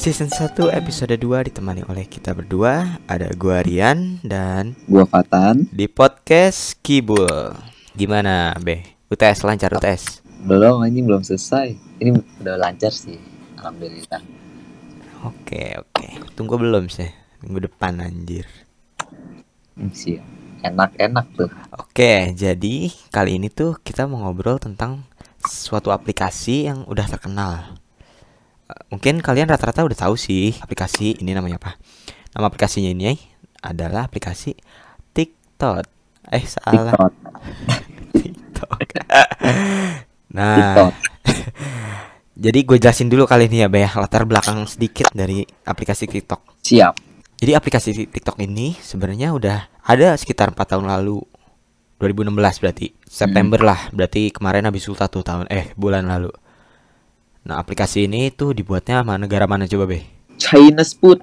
Season 1 episode 2 ditemani oleh kita berdua. Ada gua Rian dan gua Fatan. Di podcast Kibul. Gimana Be? UTS lancar UTS? Belum, ini belum selesai. Ini udah lancar sih, alhamdulillah. Oke. Tunggu belum sih? Minggu depan anjir. Sih, enak tuh. Oke, jadi kali ini tuh kita mau ngobrol tentang suatu aplikasi yang udah terkenal. Mungkin kalian rata-rata udah tahu sih aplikasi ini namanya apa. Nama aplikasinya ini adalah aplikasi TikTok. Salah. TikTok. Nah, TikTok. Jadi gue jelasin dulu kali ini ya, Be, latar belakang sedikit dari aplikasi TikTok. Siap. Jadi aplikasi TikTok ini sebenarnya udah ada sekitar 4 tahun lalu. 2016 berarti. September lah, berarti kemarin habis ultah tuh bulan lalu. Nah, aplikasi ini tuh dibuatnya sama negara mana coba, Be? China Sput.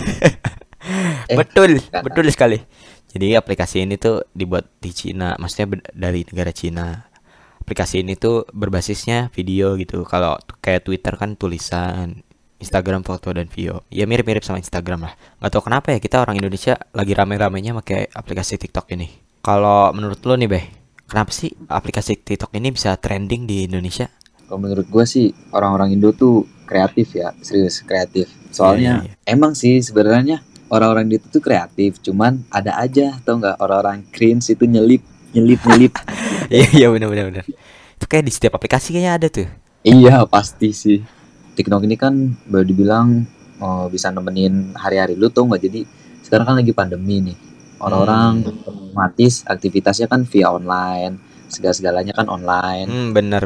Betul sekali. Jadi aplikasi ini tuh dibuat di Cina, maksudnya dari negara Cina. Aplikasi ini tuh berbasisnya video gitu. Kalau kayak Twitter kan tulisan, Instagram foto dan video. Ya mirip-mirip sama Instagram lah. Gak tau kenapa ya kita orang Indonesia lagi rame-ramenya pakai aplikasi TikTok ini. Kalau menurut lo nih, Be, kenapa sih aplikasi TikTok ini bisa trending di Indonesia? Kalau menurut gue sih orang-orang Indo tuh kreatif ya, serius kreatif. Soalnya emang sih sebenarnya orang-orang Indo tuh kreatif, cuman ada aja tau nggak orang-orang cringe itu nyelip. Iya benar. Itu kayak di setiap aplikasi kayaknya ada tuh. Iya pasti sih. TikTok ini kan boleh dibilang bisa nemenin hari-hari lu tuh nggak. Jadi sekarang kan lagi pandemi nih, orang-orang otomatis aktivitasnya kan via online, segala-galanya kan online. Benar.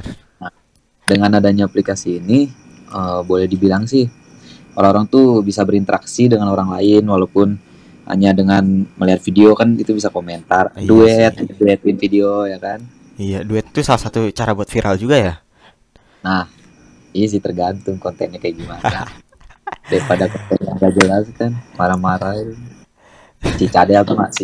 Dengan adanya aplikasi ini, boleh dibilang sih orang-orang tuh bisa berinteraksi dengan orang lain walaupun hanya dengan melihat video kan, itu bisa komentar, duetin video ya kan. Iya, duet itu salah satu cara buat viral juga ya. Nah, iya sih tergantung kontennya kayak gimana. Daripada konten yang gak jelas kan, marah-marah. Si Cadel.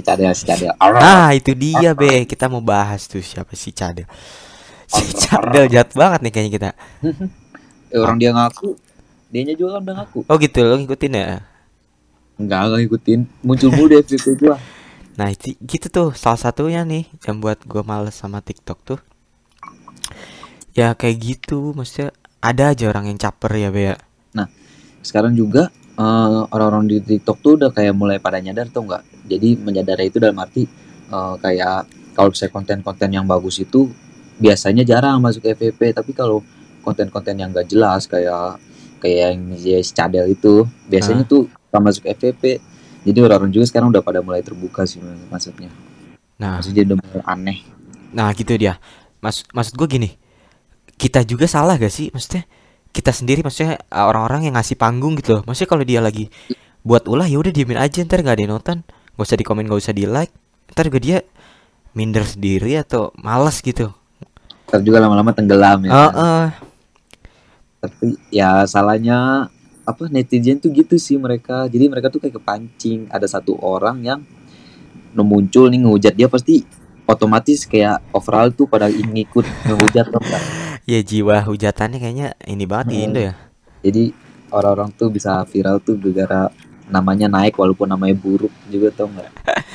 Nah, itu dia, Be. Kita mau bahas tuh siapa si Cadel. Si Cadel jahat banget nih kayaknya kita. Orang dia ngaku, dianya juga udah ngaku. Oh gitu, lo ngikutin ya? Enggak ngikutin, muncul mulu di FYP gua. Nah itu gitu tuh, salah satunya nih yang buat gua males sama TikTok tuh. Ya kayak gitu, maksudnya ada aja orang yang caper ya, Be. Nah, sekarang juga orang-orang di TikTok tuh udah kayak mulai pada nyadar tuh nggak. Jadi menyadari itu dalam arti kayak kalau misalnya konten-konten yang bagus itu biasanya jarang masuk FYP, tapi kalau konten-konten yang gak jelas kayak yang Cadel itu biasanya tuh tak masuk FYP. Jadi orang-orang juga sekarang udah pada mulai terbuka sih maksudnya. Nah, maksudnya udah mulai aneh. Nah gitu dia. Maksud gue gini, kita juga salah gak sih? Maksudnya kita sendiri, maksudnya orang-orang yang ngasih panggung gitu loh. Maksudnya kalau dia lagi buat ulah ya udah diemin aja, ntar gak ada yang nonton, gak usah di komen, gak usah di like, ntar juga dia minder sendiri atau malas gitu. Ntar juga lama-lama tenggelam ya kan? Tapi ya salahnya netizen tuh gitu sih mereka. Jadi mereka tuh kayak kepancing. Ada satu orang yang muncul nih ngehujat dia, pasti otomatis kayak overall tuh pada ngikut ngehujat tuh kan. Ya jiwa hujatannya kayaknya ini banget di Indo ya. Jadi orang-orang tuh bisa viral tuh gara-gara namanya naik walaupun namanya buruk juga, tau nggak?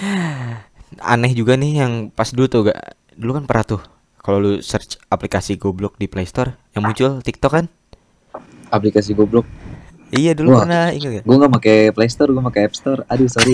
Aneh juga nih yang pas dulu kan pernah tuh kalau lu search aplikasi goblok di Play Store yang muncul TikTok kan? Aplikasi goblok. Iya dulu pernah, ingat gak? Gue nggak pakai Play Store, gue pakai App Store. Aduh sorry.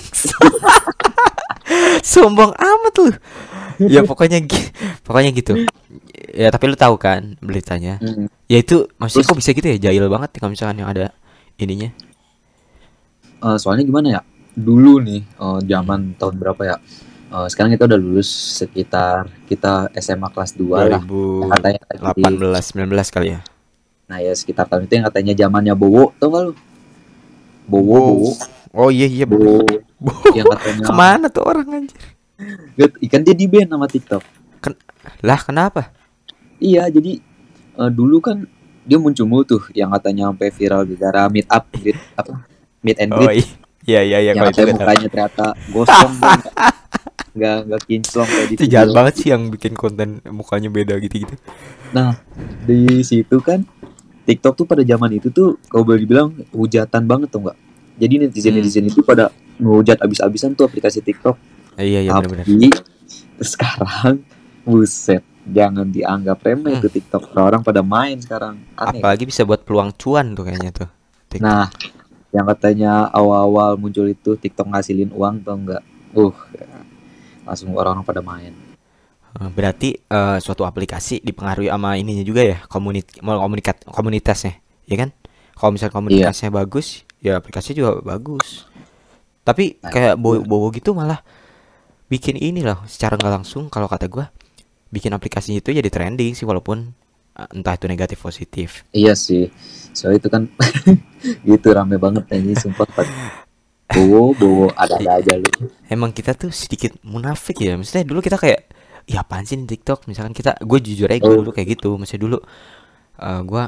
Sombong amat lu. Ya pokoknya gitu. Ya tapi lu tahu kan beritanya. Ya itu maksudnya kok bisa gitu ya, jahil banget kalau misalkan yang ada ininya. Soalnya gimana ya? Dulu nih zaman tahun berapa ya? Sekarang kita udah lulus sekitar kita SMA kelas 2 lah. 2018 19 kali ya. Nah ya sekitar tahun itu yang katanya zamannya Bowo, tau gak lu? Bowo. Oh iya Bowo. Yang katanya kemana tuh orang anjir? Ikan dia di ban sama TikTok. Lah kenapa? Iya jadi dulu kan dia muncul tuh yang katanya sampai viral gara-gara meet and greet. Oh iya. Yang katanya mukanya ternyata gosong. Nggak kinclong kayak di video. Jahat banget sih yang bikin konten mukanya beda gitu. Nah di situ kan TikTok tuh pada zaman itu tuh kalau boleh dibilang hujatan banget tuh nggak. Jadi netizen itu pada ngehujat abis-abisan tuh aplikasi TikTok. Iya iya benar-benar. Tapi sekarang buset, jangan dianggap remeh tuh TikTok. Orang pada main sekarang. Aneh. Apalagi bisa buat peluang cuan tuh kayaknya tuh TikTok. Nah, yang katanya awal-awal muncul itu TikTok ngasilin uang tuh enggak. Langsung orang-orang pada main. Berarti suatu aplikasi dipengaruhi sama ininya juga ya, komunitasnya, ya kan? Kalau misalnya komunitasnya bagus, ya aplikasi juga bagus. Tapi kayak bowo gitu malah bikin ini loh, secara nggak langsung kalau kata gua, bikin aplikasinya itu jadi trending sih walaupun entah itu negatif positif. Iya sih. Soalnya itu kan gitu rame banget ini sumpah. Bowo ada aja lu. Emang kita tuh sedikit munafik ya. Maksudnya dulu kita kayak ya apaan sih nih TikTok, misalkan gue jujur aja gue dulu kayak gitu. Maksudnya dulu gue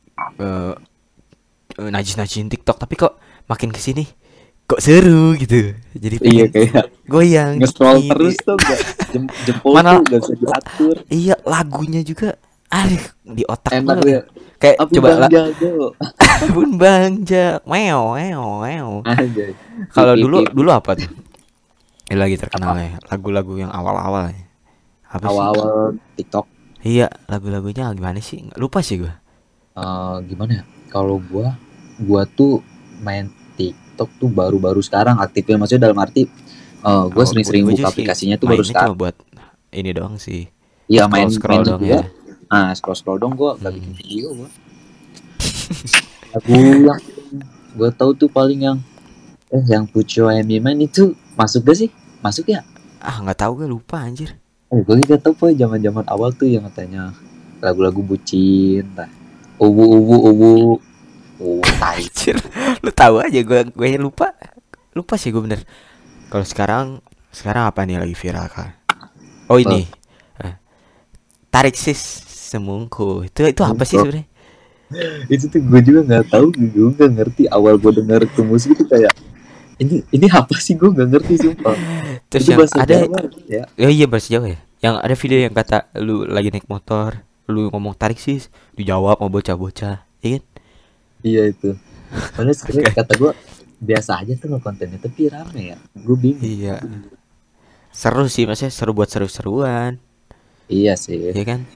najis-najisin TikTok, tapi kok makin kesini kok seru gitu, jadi iya kayak goyang nge-scroll terus tuh gak jempol mana tuh gak bisa diatur. Iya, lagunya juga di otak enak gue ya. kayak Abu coba Bang Jago. Bun Bang Jak meo. Kalau dulu apa tuh lagi terkenal ya, lagu-lagu yang awal-awal ya. Awal-awal TikTok. Iya, lagu-lagunya gimana sih? Nggak lupa sih gue. Gimana ya? Kalau gua tuh main TikTok tuh baru-baru sekarang aktifnya, maksudnya dalam arti gue sering-sering buka aplikasinya tuh baru sekarang. Cuma buat ini doang sih. Iya, main doang ya. Scroll dong, gue gak bikin video gue. Lagu yang gue tahu tuh paling yang Put Your Hand in Mine itu masuk gak sih? Masuk ya? Nggak tahu, gue lupa anjir. Gue gak tau po, zaman awal tuh yang katanya lagu-lagu bucin, uwu anjir. Lu tahu aja, gue lupa sih gue bener. Kalau sekarang apa nih lagi viral kan? Oh ini Tarik Sis Semungku. Itu apa sih sebenarnya? Itu tuh gue juga nggak tahu, gue nggak ngerti. Awal gue denger ke musik itu kayak ini apa sih, gue nggak ngerti sumpah. Terus itu yang ada Jawa, ya. Iya bahasa Jawa ya. Yang ada video yang kata lu lagi naik motor, lu ngomong tarik sis, dijawab sama bocah-bocah, ya kan? Iya itu. Soalnya sebenarnya kata gue biasa aja tuh kontennya, tapi rame ya. Gue bingung. Iya. Seru sih, maksudnya seru buat seru-seruan. Iya sih. Iya kan?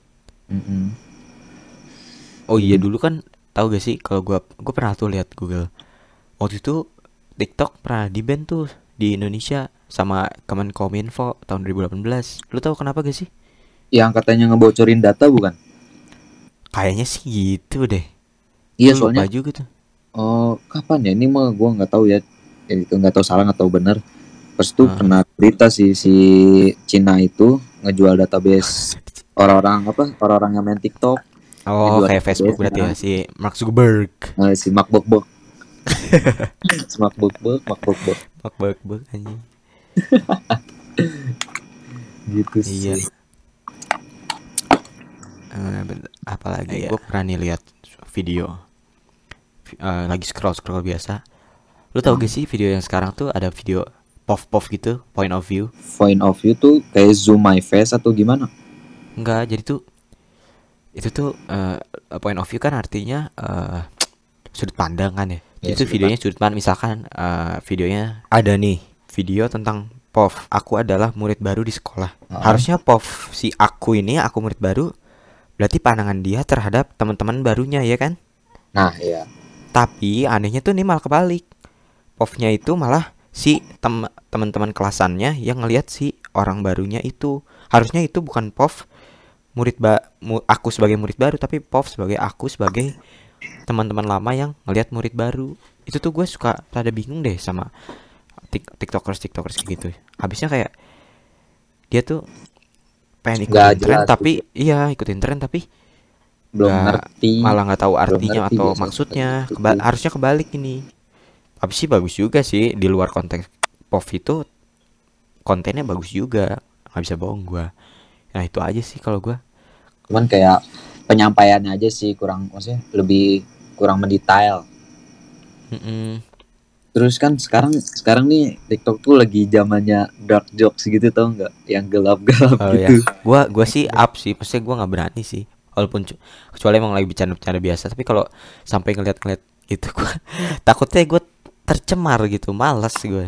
Oh iya, dulu kan tahu gak sih, kalau gue pernah tuh lihat Google. Waktu itu TikTok pernah di-ban tuh di Indonesia sama Kemenkominfo tahun 2018. Lu tahu kenapa gak sih? Yang katanya ngebocorin data bukan? Kayaknya sih gitu deh. Iya, soalnya juga tuh. Oh, kapan ya? Ini mah gue nggak tahu ya. Itu nggak tahu salah atau benar. Pas itu pernah berita si Cina itu ngejual database orang-orang yang main TikTok. Oh, kayak Facebook berarti ya, si Mark Zuckerberg. Si Mark Zuckerberg. Anjing. Gitu sih. Iya. Apalagi gue pernah nih lihat video lagi scroll biasa. Lu tau gak sih video yang sekarang tuh ada video pov gitu, point of view tuh kayak zoom my face atau gimana? Enggak, jadi tuh itu tuh point of view kan artinya sudut pandang kan ya. Jadi tuh videonya sudut pandang. Misalkan videonya ada nih video tentang pov, aku adalah murid baru di sekolah. Harusnya pov si aku murid baru, berarti pandangan dia terhadap teman-teman barunya, ya kan? Nah, iya. Tapi anehnya tuh nih malah kebalik. Povnya itu malah si teman-teman kelasannya yang ngelihat si orang barunya itu. Harusnya itu bukan pov aku sebagai murid baru, tapi pov sebagai aku sebagai teman-teman lama yang ngelihat murid baru. Itu tuh gue suka rada bingung deh sama tiktokers kayak gitu. Habisnya kayak dia tuh pengen ikutin tren, tapi ikutin tren tapi belum ngerti, malah nggak tahu artinya atau maksudnya. Harusnya kebalik ini. Tapi sih bagus juga sih, di luar konteks pov itu kontennya bagus juga, nggak bisa bohong gue. Nah itu aja sih kalau gue. Cuman kayak penyampaiannya aja sih maksudnya lebih kurang mendetail. Terus kan sekarang nih TikTok tuh lagi zamannya dark jokes gitu, tau nggak? Yang gelap gitu. Ya. Gua sih up sih, maksudnya gue nggak berani sih. walaupun kecuali emang lagi bercanda-bercanda biasa. Tapi kalau sampai ngeliat-ngeliat gitu gue takutnya gue tercemar gitu, malas gue.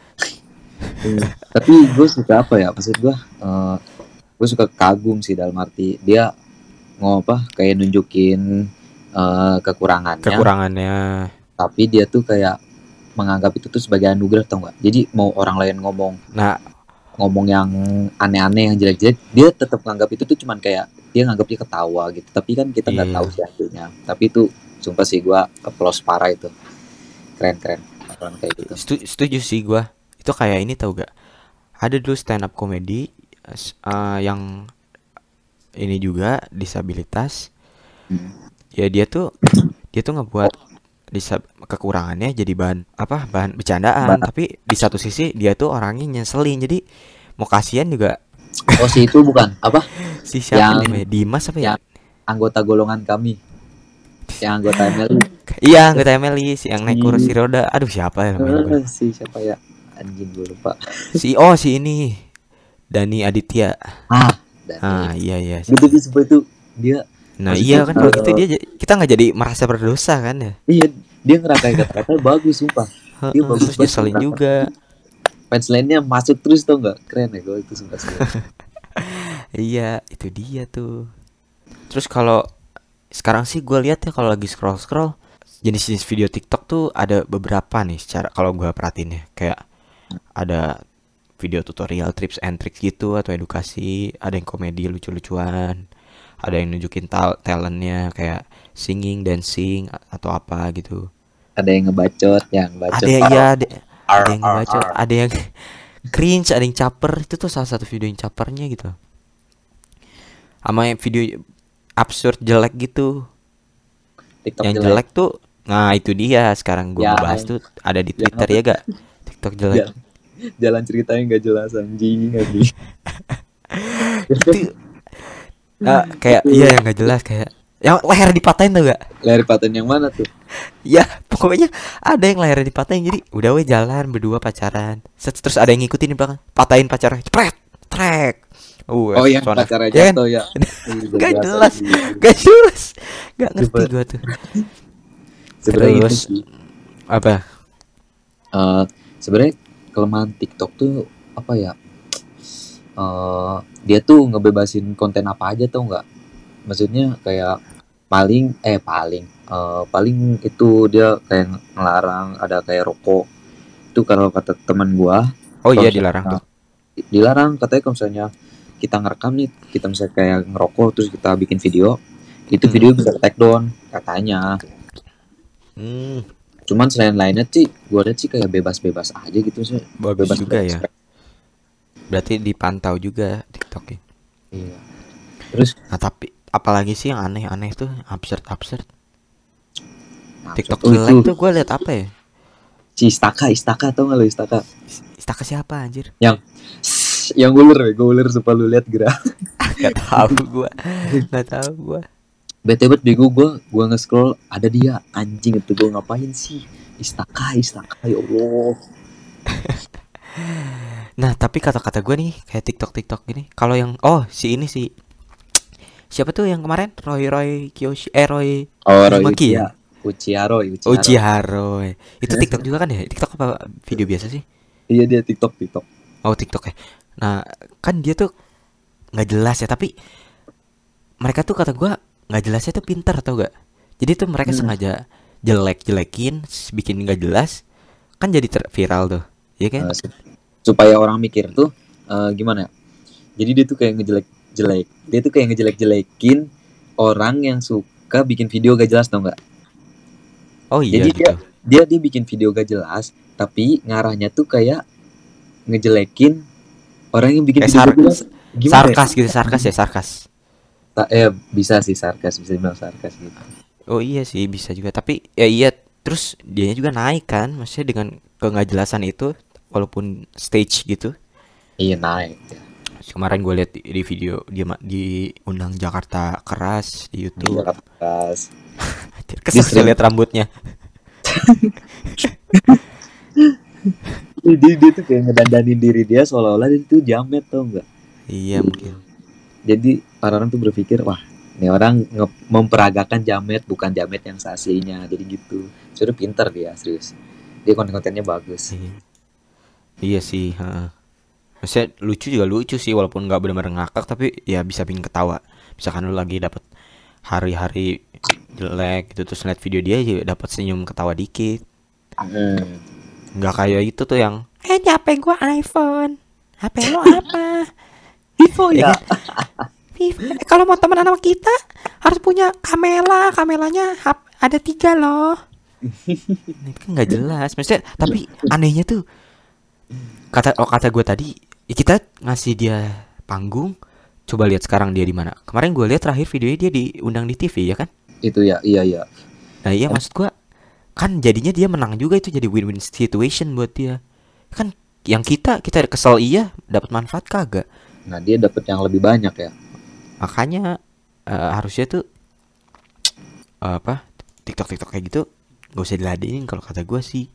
Tapi gue suka apa ya, maksud gue suka kagum sih, dalam arti dia ngapa kayak nunjukin kekurangannya, Kekurangannya. tapi dia tuh kayak menganggap itu tuh sebagai anugerah, tau nggak? Jadi mau orang lain Nah, ngomong yang aneh-aneh, yang jelek-jelek, dia tetap nganggap itu tuh cuman kayak dia nganggap dia ketawa gitu. Tapi kan kita iya, nggak iya. tahu sih hasilnya. Tapi itu sumpah sih gue applause parah itu. Keren-keren orang kayak gitu. Setuju sih gue. Itu kayak ini tau gak? Ada dulu stand up comedy yang ini juga disabilitas. Hmm. Ya dia tuh ngebuat kekurangannya jadi bahan bercandaan, Ba- tapi di satu sisi dia tuh orangnya nyeselin. Jadi mau kasihan juga. Oh, si itu bukan apa? Si siapa Yang namanya, Dimas apa ya? yang anggota golongan kami, yang anggota MLI, Iya, anggota Emily, si yang naik kursi si roda. Aduh, siapa ya namanya gue? si siapa ya? Anjing, gue lupa. Si ini Dani Aditya. Ah, Dani. Iya, iya, si Gitu Dani. sih, sumpah itu dia, Nah maksudnya iya kan, kalau gitu kita nggak jadi merasa berdosa kan ya. iya, dia ngerangkai kata-kata bagus, sumpah. Dia Heeh, bagus terus banget nyeselin ngerangkai. juga. Punchline-nya masuk terus, tau nggak? Keren ya, gue itu sumpah sih. Iya, itu dia tuh. Terus kalau sekarang sih gue lihat ya, kalau lagi scroll scroll jenis-jenis video TikTok tuh ada beberapa nih, secara kalau gue perhatiin ya, kayak ada video tutorial tips and tricks gitu atau edukasi, ada yang komedi lucu-lucuan, ada yang nunjukin talentnya kayak singing, dancing atau apa gitu. Ada yang ngebacot, yang Ada bacot ya, ada yang R ngebaca, R. ada yang cringe, ada yang caper. Itu tuh salah satu video yang capernya gitu. Sama yang video absurd jelek gitu. TikTok Yang jelek. jelek tuh, nah itu dia sekarang gue mau bahas Yang tuh, ada di yang Twitter apa? ya gak? TikTok jelek. Jalan, jalan ceritanya nggak jelas, anjing. Itu kayak iya yang gak jelas, kayak yang leher dipatahin tuh gak? Leher paten yang mana tuh? Ya pokoknya ada yang lehernya dipatahin, jadi udah we jalan berdua pacaran. Terus ada yang ngikutin di belakang, patahin pacarnya, cepret, trek. Oh, yang Sonat. pacarnya Ya kan? jatuh ya. Gak Gak jelas, jelas. gak jelas, gak ngerti Coba. gue tuh. Sebenarnya itu Terus sih. apa? Eh, sebenarnya kelemahan TikTok tuh apa ya? Dia tuh ngebebasin konten apa aja, tau nggak? Maksudnya kayak paling itu dia kayak ngelarang ada kayak rokok. Itu kalau kata teman gua, Oh kalau iya, misalnya dilarang tuh. dilarang, katanya kalau misalnya kita ngerekam nih, kita misalnya kayak ngerokok terus kita bikin video, itu video bisa take down katanya. Hmm, Cuman selain lainnya sih, gue lihat sih kayak bebas-bebas aja gitu sih. bagus Bebas juga ya. berekspresi. Berarti dipantau juga TikTok ya. Iya. Terus Nah tapi apalagi sih yang aneh-aneh tuh, absurd. TikTok oh, jelek itu tuh gue liat apa ya? si Istaka tau gak lo, Istaka? Istaka siapa anjir? Yang gue uler supaya lu lihat gerak. Gak tahu gue, gak tahu gue. Bete banget bego gue nge-scroll ada dia, anjing itu gue ngapain sih? Istaka ya Allah. Nah tapi kata-kata gue nih kayak TikTok gini. Kalau yang si ini sih, siapa tuh yang kemarin Roy Kiyoshi, Roy Oh, Uzumaki ya? Uchiha. Uchiha. Itu TikTok juga kan ya? TikTok apa video biasa sih? Iya, dia TikTok. Oh TikTok ya. Nah kan dia tuh nggak jelas ya, tapi mereka tuh kata gue nggak jelasnya tuh pintar tau gak? Jadi tuh mereka sengaja jelekin, bikin nggak jelas, kan jadi viral tuh, ya kan? Supaya orang mikir tuh gimana ya? Jadi dia tuh kayak ngejelek-jelekin orang yang suka bikin video gak jelas, tau nggak? Oh iya Jadi gitu. dia bikin video gak jelas, tapi ngarahnya tuh kayak ngejelekin orang yang bikin video gak jelas. Sarkas gitu, sarkas. Bisa sih sarkas, bisa dibilang sarkas gitu. Oh iya sih bisa juga, tapi ya iya, terus dianya juga naik kan, maksudnya dengan kengajelasan itu, walaupun stage gitu. Iya, naik ya. Kemarin gue lihat di video dia diundang Jakarta Keras di YouTube. Jakarta Keras. Kesel lihat rambutnya. Dia tuh kayak ngedandanin diri dia seolah-olah dia tuh jamet, tau nggak? Iya mungkin. Jadi orang-orang tuh berpikir, wah Ini orang memperagakan jamet bukan jamet yang seaslinya. Jadi gitu. Sudah pinter dia serius. Dia konten-kontennya bagus. Iya, iya sih, heeh. Maksudnya lucu juga lucu sih walaupun nggak benar-benar ngakak tapi ya bisa bikin ketawa. Misalkan lu lagi dapet hari-hari jelek gitu terus lihat video dia juga dapat senyum ketawa dikit. Hmm. Nggak kayak itu tuh yang HP gua iPhone. HP lo apa? Vivo Ya ya. kan? Kalau mau temenan sama kita harus punya kamera. Kameranya ada 3 loh. Ini kan nggak jelas. Maksudnya tapi anehnya tuh kata gue tadi kita ngasih dia panggung. Coba lihat sekarang dia di mana. Kemarin gue lihat terakhir videonya dia diundang di TV ya kan. Itu ya, iya iya. Nah iya maksud gue kan jadinya dia menang juga itu jadi win-win situation buat dia. Kan yang kita kesel iya dapat manfaat kagak. Nah, dia dapat yang lebih banyak ya. Makanya harusnya tuh apa TikTok kayak gitu gak usah diladenin kalau kata gue sih.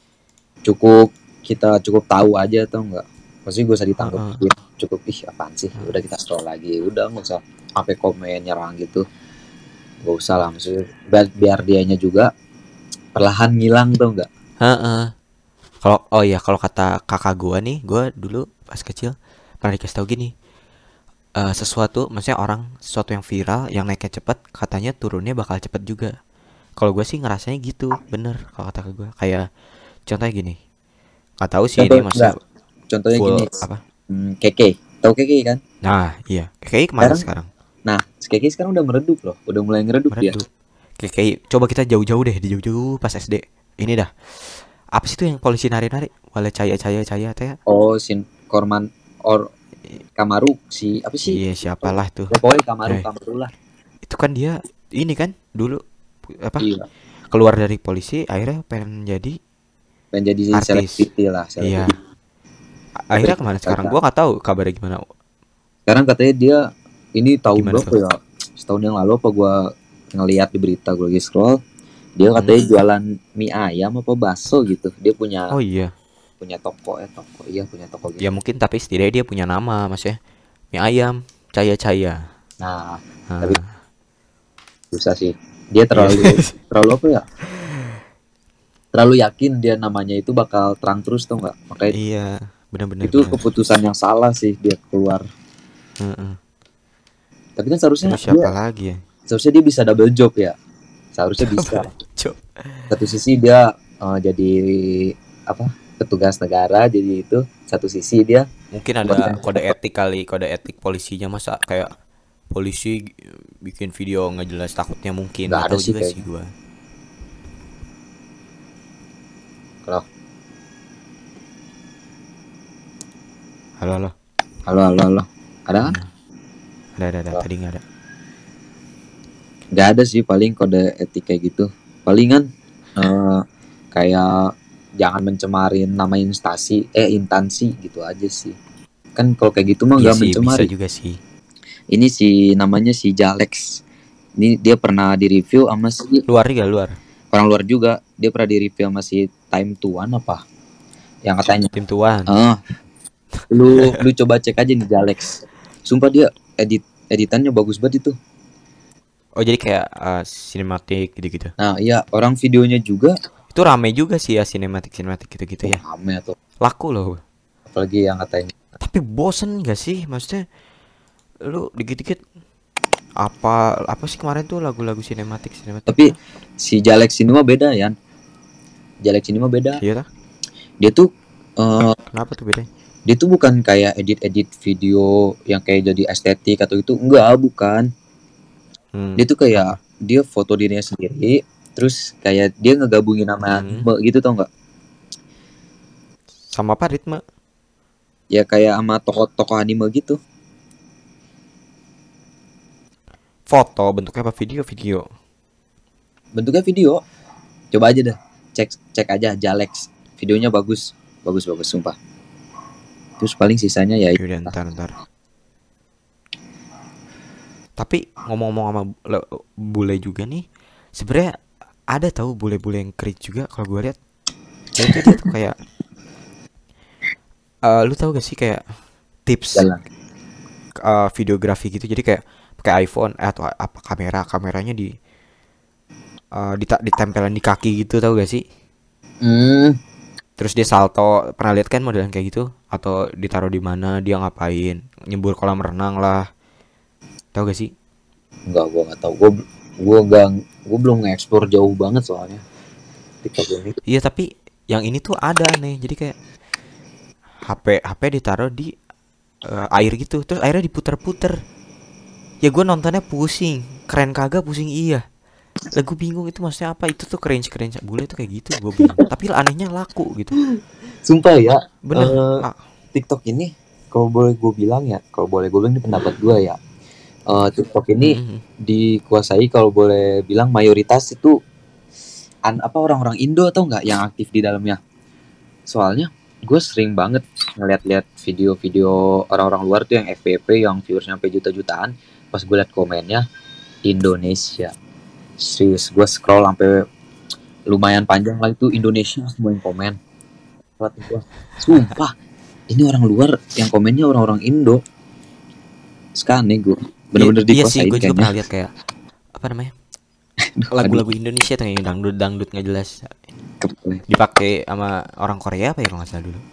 Kita cukup tahu aja atau enggak. Maksudnya gue usah Heeh. ditangkepin. Cukup apaan sih? Udah kita scroll lagi. Udah nggak usah sampai komen nyerang gitu. Gak usah lah maksudnya biar dianya juga perlahan ngilang tuh enggak. Heeh. Kalau oh iya kalau kata kakak gue nih, gue dulu pas kecil pernah dikasih tau gini. Sesuatu maksudnya sesuatu yang viral yang naiknya cepet katanya turunnya bakal cepet juga. Kalau gue sih ngerasanya gitu, bener kalau kata gue. Kayak contohnya gini, nggak tahu sih Contoh ini enggak. maksudnya Contohnya full gini. apa. Keke. Tahu Keke kan? Nah iya kayak kemana Sekarang sekarang nah, si Keke sekarang udah meredup loh. Udah mulai ngeredup dia. meredup. Kayak coba kita jauh-jauh deh di jauh-jauh pas SD ini dah apa sih tuh yang polisi nari-nari wala caya teh. Oh, Korman or Kamaru si apa sih? Iya siapalah tuh. Ya, pokoknya Kamaru Eh, Kamaru lah. itu kan dia ini kan dulu apa Iya. keluar dari polisi akhirnya pengen jadi Pengen jadi artis. selebriti lah, Iya. selebriti. Tapi Akhirnya kemana sekarang? Gua nggak tahu kabarnya gimana. sekarang katanya dia ini tahun Gimana berapa tuh? ya? Setahun yang lalu apa gua ngeliat di berita gue lagi scroll, dia katanya Hmm. jualan mie ayam apa bakso gitu. Dia punya Oh iya. punya toko toko. Iya, punya toko Ya gitu. mungkin tapi setidaknya dia punya nama, maksudnya mie ayam caya. Nah, tapi Nah, susah sih. Dia iya. terlalu apa ya? Terlalu yakin dia namanya itu bakal terang terus tuh nggak? Makanya Iya, benar-benar itu benar. keputusan yang salah sih dia keluar. Heeh. Tapi kan seharusnya Terus siapa dia lagi ya? seharusnya dia bisa double job ya. Seharusnya bisa. Coba. Satu sisi dia jadi apa? Petugas negara, jadi itu satu sisi dia Mungkin ada konten kode kreator. etik kali, kode etik polisinya masa kayak polisi bikin video nggak jelas takutnya mungkin Nggak nggak ada tahu sih juga sih kayaknya. gua. Kalau Halo halo. halo halo halo, ada kan? Ada Halo. tadi nggak ada. Nggak ada sih paling kode etik kayak gitu. Palingan kayak jangan mencemarin nama instansi gitu aja sih. Kan kalau kayak gitu mah Iya nggak sih bisa mencemari. juga sih. Ini namanya si Jalex. Ini dia pernah di-review sama si Luar juga luar. orang luar juga. Dia pernah di-review sama si Time Tuan apa? Yang katanya, Tim tuan. lu coba cek aja nih Jalex. Sumpah dia editannya bagus banget itu. Oh jadi kayak sinematik gitu-gitu. Nah, iya, orang videonya juga Itu rame juga sih ya sinematik gitu-gitu ya. rame atau Laku loh. apalagi yang katanya. Tapi bosen gak sih? Maksudnya lu dikit-dikit apa sih kemarin tuh lagu-lagu sinematik Tapi si Jalex ini mah beda ya. Jalex ini mah beda. iya tak? Dia tuh Kenapa tuh bedanya? dia tuh bukan kayak edit-edit video yang kayak jadi estetik atau itu, enggak, bukan. Dia tuh kayak dia foto dirinya sendiri, terus kayak dia ngegabungin nama anime gitu, tau nggak? Sama apa ritme? Ya kayak sama tokoh-tokoh anime gitu. Foto bentuknya apa video? Bentuknya video. Coba aja dah. Cek aja Jalex. Videonya bagus. Bagus sumpah. Terus paling sisanya ya Yaudah ntar. Tapi ngomong-ngomong sama bule juga nih, sebenarnya ada tahu bule-bule yang keren juga kalau gue lihat. Dia tuh kayak lu tahu gak sih kayak tips videografi gitu. Jadi kayak pakai iPhone atau apa kameranya ditempelan di kaki gitu, tau gak sih? Hmm, Terus dia salto, pernah lihat kan modelan kayak gitu? Atau ditaruh di mana, dia ngapain? Nyebur kolam renang lah, tau gak sih? enggak, gua nggak tahu. Gua gak, gua belum nge-explore jauh banget soalnya TikTok ini. Iya tapi yang ini tuh ada nih, jadi kayak HP ditaruh di air gitu, terus airnya diputer-puter. Ya gue nontonnya pusing, keren kagak pusing iya. Lah gue bingung itu maksudnya apa, itu tuh cringe bule tuh kayak gitu, gue bingung. Tapi anehnya laku gitu, Sumpah ya, bener. Ah, TikTok ini kalau boleh gue bilang ya, kalau boleh gue bilang ini pendapat gue ya. TikTok mm, ini mm, mm. dikuasai kalau boleh bilang mayoritas itu apa orang-orang Indo atau enggak yang aktif di dalamnya. Soalnya gue sering banget ngeliat-liat video-video orang-orang luar tuh yang FVP yang viewersnya sampai juta-jutaan. Pas gue liat komennya Indonesia. Serius, gue scroll sampai lumayan panjang lah itu Indonesia semua yang komen. Gua, sumpah, ini orang luar yang komennya orang-orang Indo. Sekarang nih gue bener-bener Iya sih, dikuasain gue juga kayaknya. pernah lihat kayak apa namanya, Aduh, lagu-lagu Indonesia tuh yang dangdut dangdut nggak jelas, kepala. dipakai sama orang Korea apa ya kalau nggak salah dulu.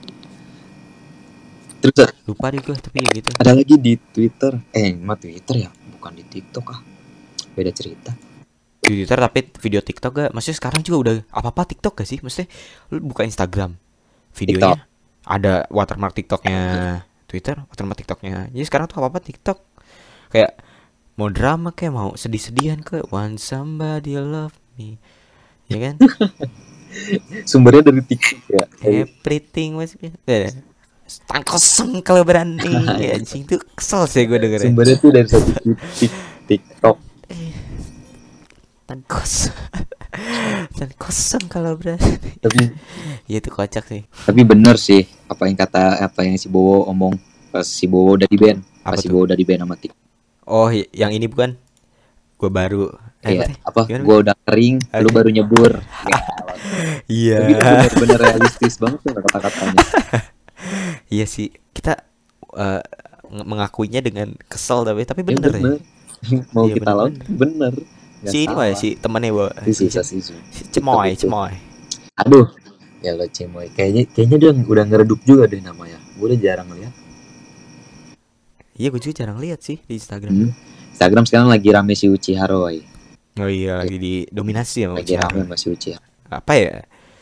Terus Lupa deh gue, tapi ya gitu. ada lagi di Twitter. Mah Twitter ya, bukan di TikTok ah. Beda cerita. Di Twitter tapi video TikTok gak? Maksudnya sekarang juga udah apa-apa TikTok gak sih? Maksudnya lu buka Instagram, TikTok. videonya ada watermark TikToknya Twitter, watermark TikToknya. Jadi sekarang tuh apa-apa TikTok. Kayak mau drama kayak mau sedih-sedihan ke want somebody love me. Ya kan? Sumbernya dari TikTok ya. Everything was tang kosong kalau berani. Ya anjing tuh kesel sih gue dengernya. Sumbernya tuh dari satu titik TikTok. Tan kosong. Tan kosong kalau berani. Tapi Ya itu kocak sih. bener sih apa yang si Bowo omong pas si Bowo udah di ban. Pas Apa si tuh? Bowo udah di ban sama TikTok. Oh, yang ini bukan? Gue baru. Kayak Teh? apa? Gimana, Gua udah kering, lu Oke. baru nyebur. Ya, Iya. tapi itu bener-bener realistis banget tuh kata-katanya. Iya sih. Kita eh, mengakuinya dengan kesel tapi Ya bener ya. bener. Mau Iya kita lawan bener. bener. Gak Si ini mah salah. si temannya Itu si, susah sih. si TikTok cemoy itu. cemoy. Aduh, ya lo Cimoy. Kayaknya dia udah ngeredup juga deh namanya. Gue udah jarang lihat. Iya gue juga jarang lihat sih di Instagram. Instagram sekarang lagi rame si Uchiha Roy. Oh iya lagi didominasi sama Lagi rame Uchiha. sama si Uchiha. Apa ya?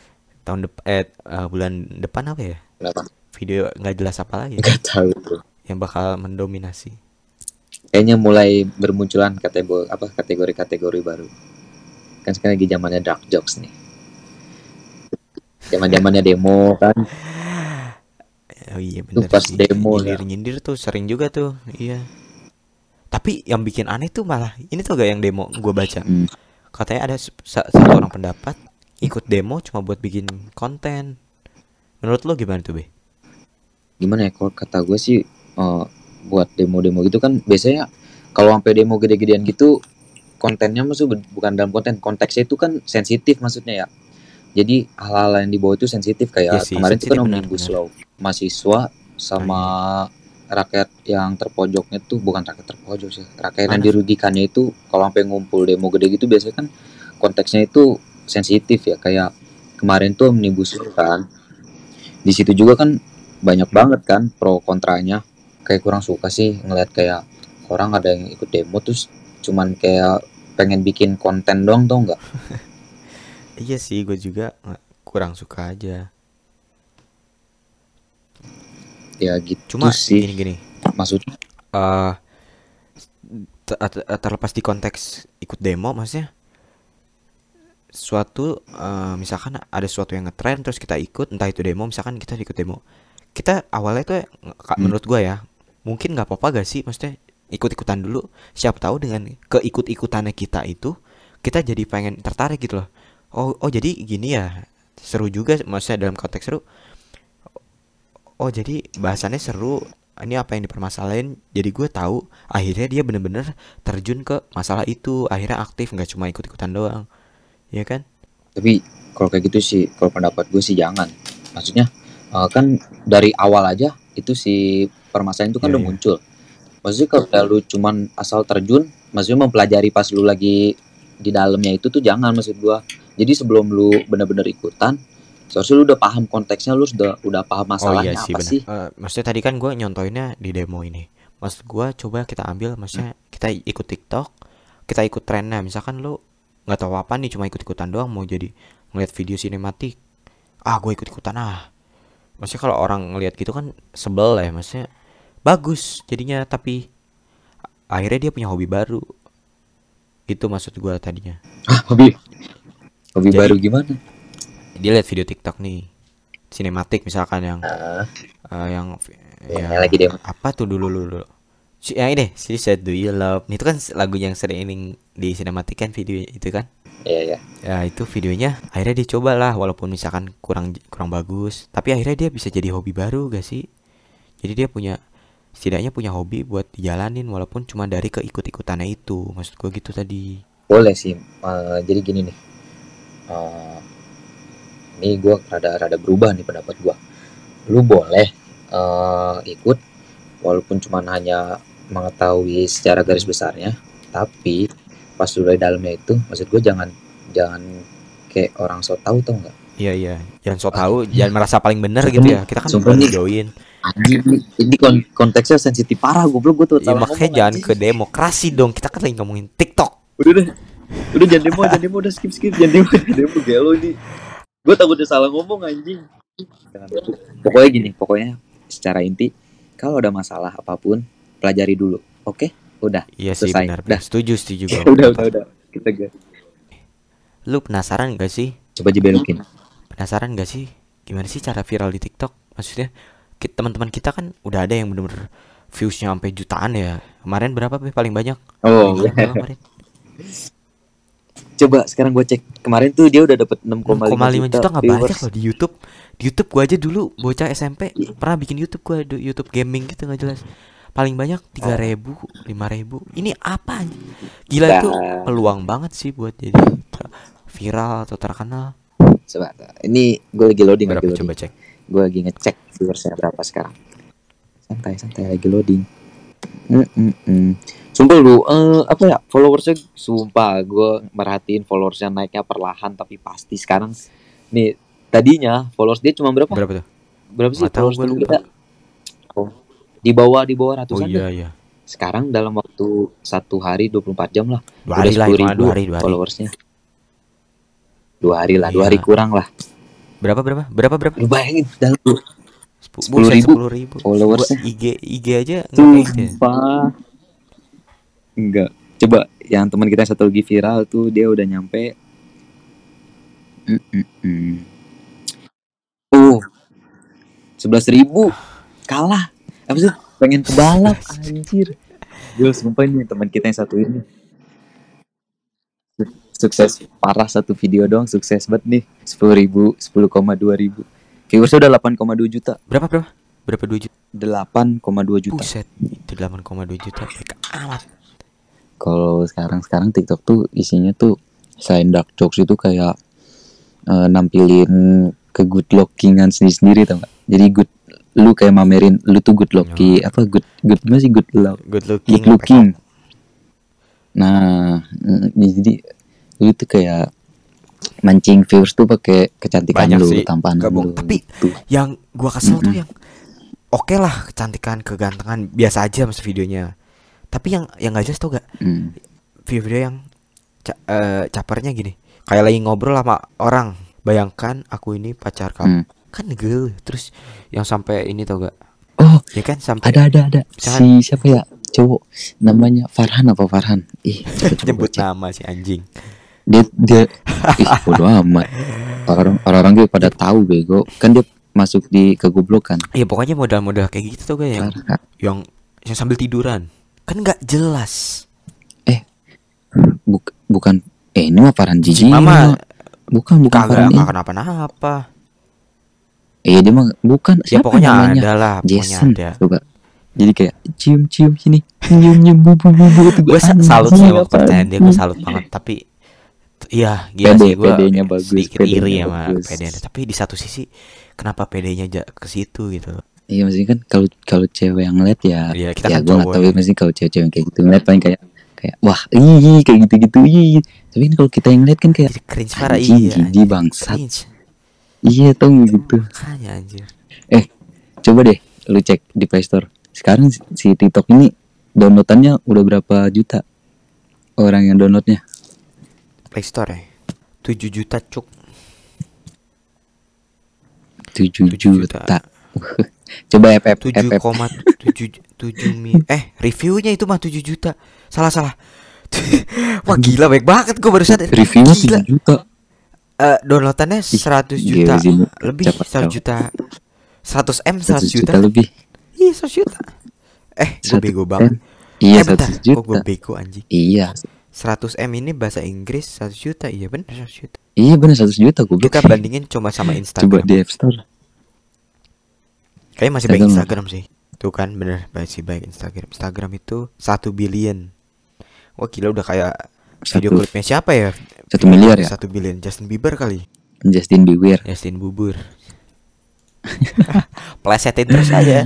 Bulan depan apa ya? Kenapa? Video nggak jelas apa lagi Gak tahu tuh. yang bakal mendominasi. Kayaknya mulai bermunculan kategori baru. Kan sekarang lagi zamannya dark jokes nih. Zamannya demo kan. Oh iya Itu bener pas sih. demo ya. Nyindir-nyindir tuh sering juga tuh. Iya. Tapi yang bikin aneh tuh malah ini tuh gak yang demo gue baca. Katanya ada satu orang pendapat ikut demo cuma buat bikin konten. Menurut lo gimana tuh, Be? Gimana ya, kalau kata gue sih buat demo-demo gitu kan biasanya kalau sampai demo gede-gedean gitu kontennya maksud bukan dalam konteksnya itu kan sensitif maksudnya ya. Jadi hal-hal yang dibawa itu sensitif Iya kayak sih, kemarin itu kan sensitif Omnibus Law mahasiswa sama rakyat yang terpojoknya tuh bukan rakyat terpojok sih, rakyat yang Mana? dirugikannya itu kalau sampai ngumpul demo gede gitu biasanya kan konteksnya itu sensitif ya, kayak kemarin tuh Omnibus Law kan, di situ juga kan banyak banget kan pro kontranya. Kayak kurang suka sih ngeliat kayak orang ada yang ikut demo terus cuman kayak pengen bikin konten doang, tau nggak? Iya sih, gue juga kurang suka aja. Ya gitu Cuma sih gini-gini. maksudnya. eh Terlepas di konteks ikut demo, maksudnya suatu misalkan ada sesuatu yang ngetren terus kita ikut, entah itu demo, misalkan kita ikut demo, kita awalnya tuh menurut gue ya mungkin nggak apa-apa gak sih, maksudnya ikut-ikutan dulu, siapa tahu dengan keikut-ikutannya kita itu kita jadi pengen tertarik gitu loh. Oh jadi gini ya, seru juga, maksudnya dalam konteks seru. Oh jadi bahasannya seru, ini apa yang dipermasalahin, jadi gue tahu akhirnya dia bener-bener terjun ke masalah itu, akhirnya aktif, nggak cuma ikut-ikutan doang, ya kan? Tapi kalau kayak gitu sih, kalau pendapat gue sih jangan. Maksudnya kan dari awal aja itu si permasalahan itu kan Iya udah iya. muncul. Maksudnya kalau kayak lu cuman asal terjun, maksudnya mempelajari pas lu lagi di dalamnya itu tuh jangan, maksud gua. Jadi sebelum lu bener-bener ikutan, seharusnya lu udah paham konteksnya, lu udah paham Oh iya masalahnya sih apa benar. sih. Maksudnya tadi kan gue nyontoinnya di demo ini. Maksud gue coba kita ambil, maksudnya kita ikut TikTok, kita ikut trennya. Misalkan lu nggak tahu apa nih, cuma ikut-ikutan doang mau jadi ngeliat video sinematik. Ah gue ikut-ikutan ah. Maksudnya kalau orang ngeliat gitu kan sebel ya, maksudnya bagus jadinya, tapi akhirnya dia punya hobi baru. Gitu maksud gue tadinya. Hobi hobi baru Jadi gimana? dia lihat video TikTok nih, sinematik misalkan yang Ah, yang yang lagi ya demo. apa tuh dulu yang ini She Said Do You Love Me, itu kan lagu yang sering di sinematik kan, video itu kan. Iya ya. Ya itu videonya akhirnya dia coba lah, walaupun misalkan kurang kurang bagus, tapi akhirnya dia bisa jadi hobi baru gak sih. Jadi dia punya, setidaknya punya hobi buat dijalanin walaupun cuma dari keikut-ikutannya itu, maksud gue gitu tadi. Boleh sih. Jadi gini nih. Eh, ini gue rada berubah nih pendapat gue. Lu boleh ikut walaupun cuma hanya mengetahui secara garis besarnya, tapi pas lu di dalamnya itu, maksud gue jangan jangan kayak orang so tahu tau nggak? Iya iya, jangan so Ah, tahu, iya, jangan merasa paling bener sumpah gitu nih, ya, kita kan sumpah baru nih, join. anjing ini konteksnya sensitif parah, goblok gue tuh Ya salah makanya ngomong jangan anjing. ke demokrasi dong, kita kan lagi ngomongin TikTok. Udah deh, udah jangan demo, udah skip jangan demo gelo nih. Gue takut udah salah ngomong anjing. Pokoknya gini, pokoknya secara inti, kalau ada masalah apapun, pelajari dulu. Oke? Udah, Iya sih selesai. benar, Udah, setuju gue. udah. Kita gas. Lu penasaran gak sih? Coba aja belokin. Penasaran gak sih gimana sih cara viral di TikTok? Maksudnya teman-teman kita kan udah ada yang bener-bener viewsnya sampai jutaan ya. Kemarin berapa Pe, paling banyak? Oh, Paling banyak berapa kemarin? coba sekarang gue cek. Kemarin tuh dia udah dapet 6,5 6,5 juta juta nggak banyak viewers. loh di YouTube. Di YouTube gua aja dulu bocah SMP pernah bikin YouTube, gua YouTube gaming gitu nggak jelas. Paling banyak 3.000, 5.000. Ini apa? Gila itu Nah, peluang banget sih buat jadi viral atau terkenal. coba. Ini gue lagi loading, Berapa coba cek? Gue lagi ngecek viewersnya berapa sekarang. Santai lagi loading. Mm-mm. Sumpah lu, apa ya, followersnya, sumpah gue merhatiin followersnya naiknya perlahan tapi pasti sekarang. Nih, tadinya followers dia cuma berapa? Berapa tuh? Berapa sih Nggak tahu, followers gue dulu lupa. kita? Oh, di bawah Oh ratusan deh. iya. Sekarang dalam waktu 1 hari 24 jam lah, 2 udah hari lah, 10.000 2 hari. followersnya. 2 hari lah, 2 hari Iya. kurang lah. Berapa? Lu bayangin dalam Buset, 10.000 10.000. followersnya. IG aja nggak kayak gitu ya. Sumpah. Enggak. Coba yang teman kita yang satu lagi viral tuh dia udah nyampe. Oh, 11.000 kalah. Apa sih? Pengen kebalap anjir. Gue sumpah ini teman kita yang satu ini sukses parah, satu video doang sukses banget nih. 10.000, 10,2 ribu. Viewersnya udah 8,2 juta. Berapa? Berapa 2 juta? 8,2 juta. Buset, itu 8,2 juta. Baik amat. Kalau sekarang TikTok tuh isinya tuh selain dark jokes itu kayak nampilin ke good lookingan sendiri tau gak? Jadi lu kayak mamerin lu tuh good looking, apa good masih good Good looking. looking. Nah, jadi lu tuh kayak mancing viewers tuh pakai kecantikan Banyak lu, sih, tampanan gabung. lu. Tapi Tuh. yang gua kesel tuh yang oke lah kecantikan, kegantengan biasa aja mas videonya. Tapi yang nggak jelas tau gak? Video-video yang capernya gini, kayak lagi ngobrol sama orang. Bayangkan aku ini pacar kamu. Kan gel. Terus yang sampai ini tau gak? Oh, Ya kan sampai ada. Misalkan, Si siapa ya? Cowok namanya Farhan. Coba nyebut cek. nama si anjing. Dia bodo amat. Orang-orang gue pada tahu bego. Kan dia masuk di kegoblokan. Ya pokoknya modal-modal kayak gitu tuh gak yang Farhan. yang sambil tiduran. Kan nggak jelas. Bukan ini mah Farhan Jiji. Mama Bukan Farhan ini. kagak kenapa-napa. Iya dia mah bukan. Ya Siapa pokoknya namanya? ada lah, Jason. pokoknya ada. Coba. Jadi kayak cium sini. Nyium bubu itu. Gue salut sih sama Apaan? kepercayaan dia, gue salut banget. Tapi iya gila sih, gue PD-nya bagus, sedikit iri PD-nya sama bagus. PD-nya. Tapi di satu sisi kenapa PD-nya ke situ gitu. Iya maksudnya kan kalau kalau cewek yang ngeliat ya, Iya, kita ya kan gue nggak cowok tahu ya. ya, maksudnya kalau cewek-cewek yang kayak gitu ngeliat paling kayak kayak wah kayak gitu-gitu tapi kan kalau kita yang ngeliat kan kayak Jadi cringe parah, anjing iya gini anjir. bangsat. Cringe. Iya tau gitu. Makanya anjir. Coba deh lu cek di Play Store sekarang si TikTok ini downloadannya udah berapa juta orang yang downloadnya. Play Store ya. 7 juta cuk. 7 7 juta. juta. Coba FF 7,7 reviewnya itu mah 7 juta. Salah. Wah gila, baik banget gue baru sadar. reviewnya Gila. 7 juta. Downloadannya 100 juta Gila sih, lu. lebih, Cepet 100 tau. juta. 100 100 juta. juta lebih. Iya 100 juta. Gue bego 100 banget. Iya Bentar, 100 kok juta. gue bego anjing. Iya. 100 ini bahasa Inggris 100 juta. Iya bener 100 juta. Iya bener 100 juta goblok. Kita bandingin cuma sama Coba Instagram. di App Store. Kayaknya masih baik Instagram. Instagram sih. Tuh kan bener, baik Instagram. Instagram itu 1 billion. Wah gila, udah kayak video Satu- klipnya siapa ya? 1 miliar ya? 1 billion. Justin Bieber kali. Justin Bieber. Justin Bubur. Plesetin terus aja.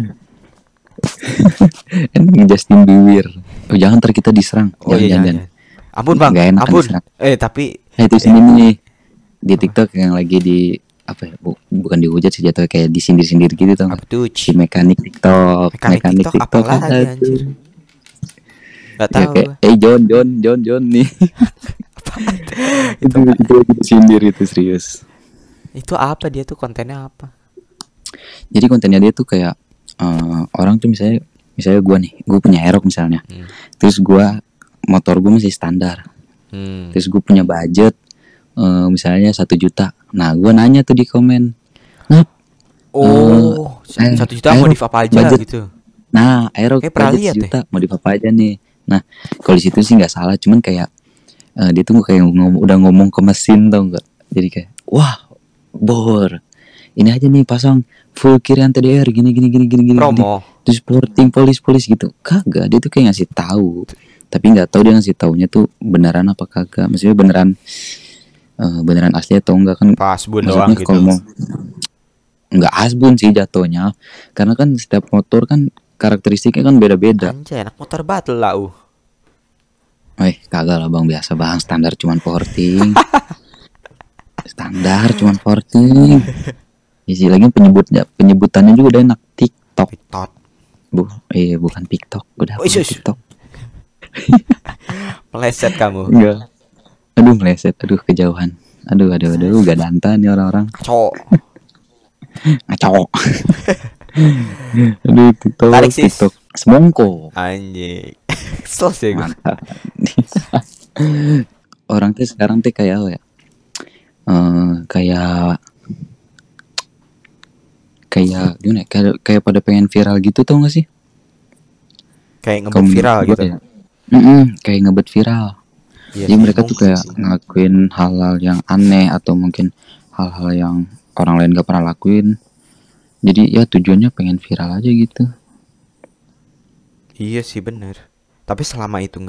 Justin Bieber. Oh jangan ntar kita diserang. Oh iya jangan. Ampun bang, Nggak enak kan ampun. diserang. Tapi Nah itu sini nih di TikTok yang lagi di apa ya? Bukan dihujat sih jatuhnya kayak disindir-sindir gitu tau apa nggak? tuh? Si mekanik TikTok. Mekanik TikTok apalagi aduh. anjir? Gak Ya tahu. kayak John nih. Itu itu lagi disindir itu serius. itu apa, dia tuh kontennya apa? Jadi kontennya dia tuh kayak orang tuh misalnya gue punya Aerox misalnya, terus motor gue masih standar, terus gue punya budget misalnya 1 juta. Nah gue nanya tuh di komen, Oh, 1 juta mau Aerox div apa aja budget. gitu. Nah Aerox Kayak pernah budget lihat 1 juta mau di apa aja nih. Nah kalau di situ sih nggak salah, cuman kayak dia tuh kayak udah ngomong ke mesin tau nggak, jadi kayak wah bor ini aja nih pasang full kirian TDR gini Promo. terus porting polis gitu. Kagak, dia tuh kayak ngasih tahu tapi nggak tahu dia ngasih taunya tuh beneran apa kagak, maksudnya beneran asli atau enggak kan. Pas bun Maksudnya doang gitu. kalau mau nggak asbun sih jatuhnya, karena kan setiap motor kan karakteristiknya kan beda-beda. Anjay, enak motor banget lah. Kagak lah bang, biasa bang, standar cuman porting. Standar cuman porting. Isi lagi penyebutannya juga udah enak, TikTok. TikTok. Bukan TikTok, udah Oh, bukan isus. TikTok. Meleset kamu. Enggak. Aduh meleset, aduh kejauhan. Aduh, gak danta nih orang-orang. Cowok. Ngaco. Aduh, TikTok. Tarik, sis. TikTok. Semongko. Anjing. Selesai gue. Mantap. Orang tuh sekarang tuh kayak apa ya? Kayak gimana? Kayak pada pengen viral gitu tau gak sih? Kayak ngebut viral gitu. Ya. Kayak ngebet viral. Iya Jadi sih, mereka tuh mungkin kayak sih. ngelakuin hal-hal yang aneh atau mungkin hal-hal yang orang lain gak pernah lakuin. Jadi ya tujuannya pengen viral aja gitu. Iya sih bener. Tapi selama itu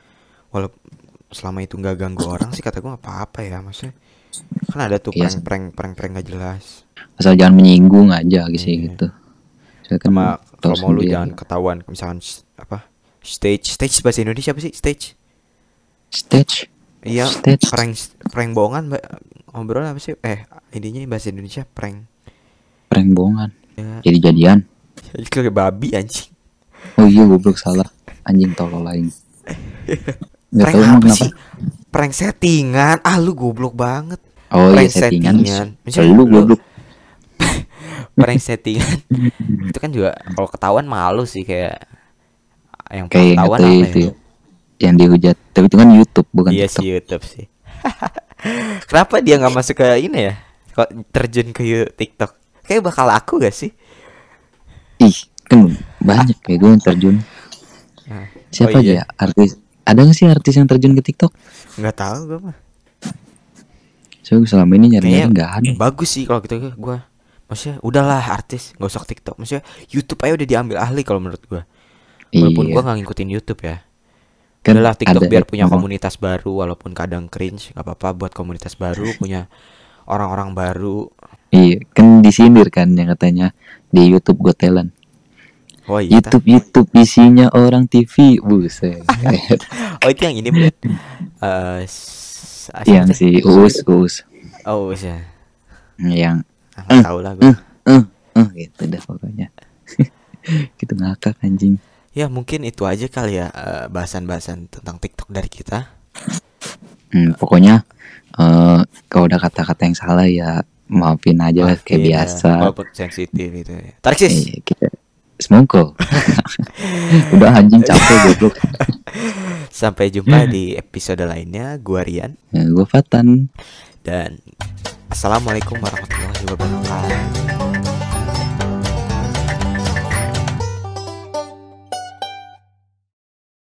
nggak ganggu orang sih, kata gue nggak apa-apa ya. Maksudnya kan ada tuh Iya sih. prank nggak jelas. Asal jangan menyinggung aja gitu Iya. gitu. Saya kan Sama tahu kalau mau lu sendiri. jangan ketahuan, misalkan stage bahasa Indonesia apa sih stage? Stage. Iya, Stage. prank bohongan, ngobrol apa sih? Intinya bahasa Indonesia prank. Prank bohongan. Ya, Jadi jadian. itu kayak babi anjing. Oh iya goblok salah. Anjing tolol lain. Gak Prank tahu emang apa kenapa. sih? Prank settingan. Lu goblok banget. Oh iya Prank settingan. Misalnya Lu goblok. prank settingan. Itu kan juga kalau ketahuan malu sih, kayak yang Kayak ketahuan kata apa itu ya? ya. Yang dihujat. Tapi itu kan YouTube bukan Iya TikTok. sih, YouTube sih. Kenapa dia nggak masuk ke ini ya? Kok terjun ke TikTok? Kayak bakal aku gak sih? Ih kan banyak kayak gue yang terjun. Nah, Siapa oh iya. aja ya artis? Ada gak sih artis yang terjun ke TikTok? Nggak tahu gue mah. Saya selama ini nyari-nyari Kayaknya nggak ada. bagus sih kalau gitu gue. Maksudnya udahlah artis, nggak usah TikTok. Maksudnya YouTube aja udah diambil ahli kalau menurut gue. Walaupun Iya. gue nggak ngikutin YouTube ya. Kan Udahlah TikTok ada biar punya ngomong, komunitas baru, walaupun kadang cringe, nggak apa-apa buat komunitas baru, punya orang-orang baru. Iya, kan disindir kan yang katanya di YouTube Got Talent. Oh iya ta. YouTube isinya orang TV, buset. Oh itu yang ini bukan? Yang si Uus Oh iya. yang Nggak tahu lah gue. gitu dah pokoknya. Gitu ngakak anjing. Ya mungkin itu aja kali ya, bahasan-bahasan tentang TikTok dari kita. Pokoknya kalau ada kata-kata yang salah ya maafin aja lah kayak Maafin ya, biasa. walaupun sensitif gitu ya. Tarik sis. Kita semongko. Udah anjing capek goblok. Sampai jumpa di episode lainnya. Gua Rian Gue Fatan. dan assalamualaikum warahmatullahi wabarakatuh.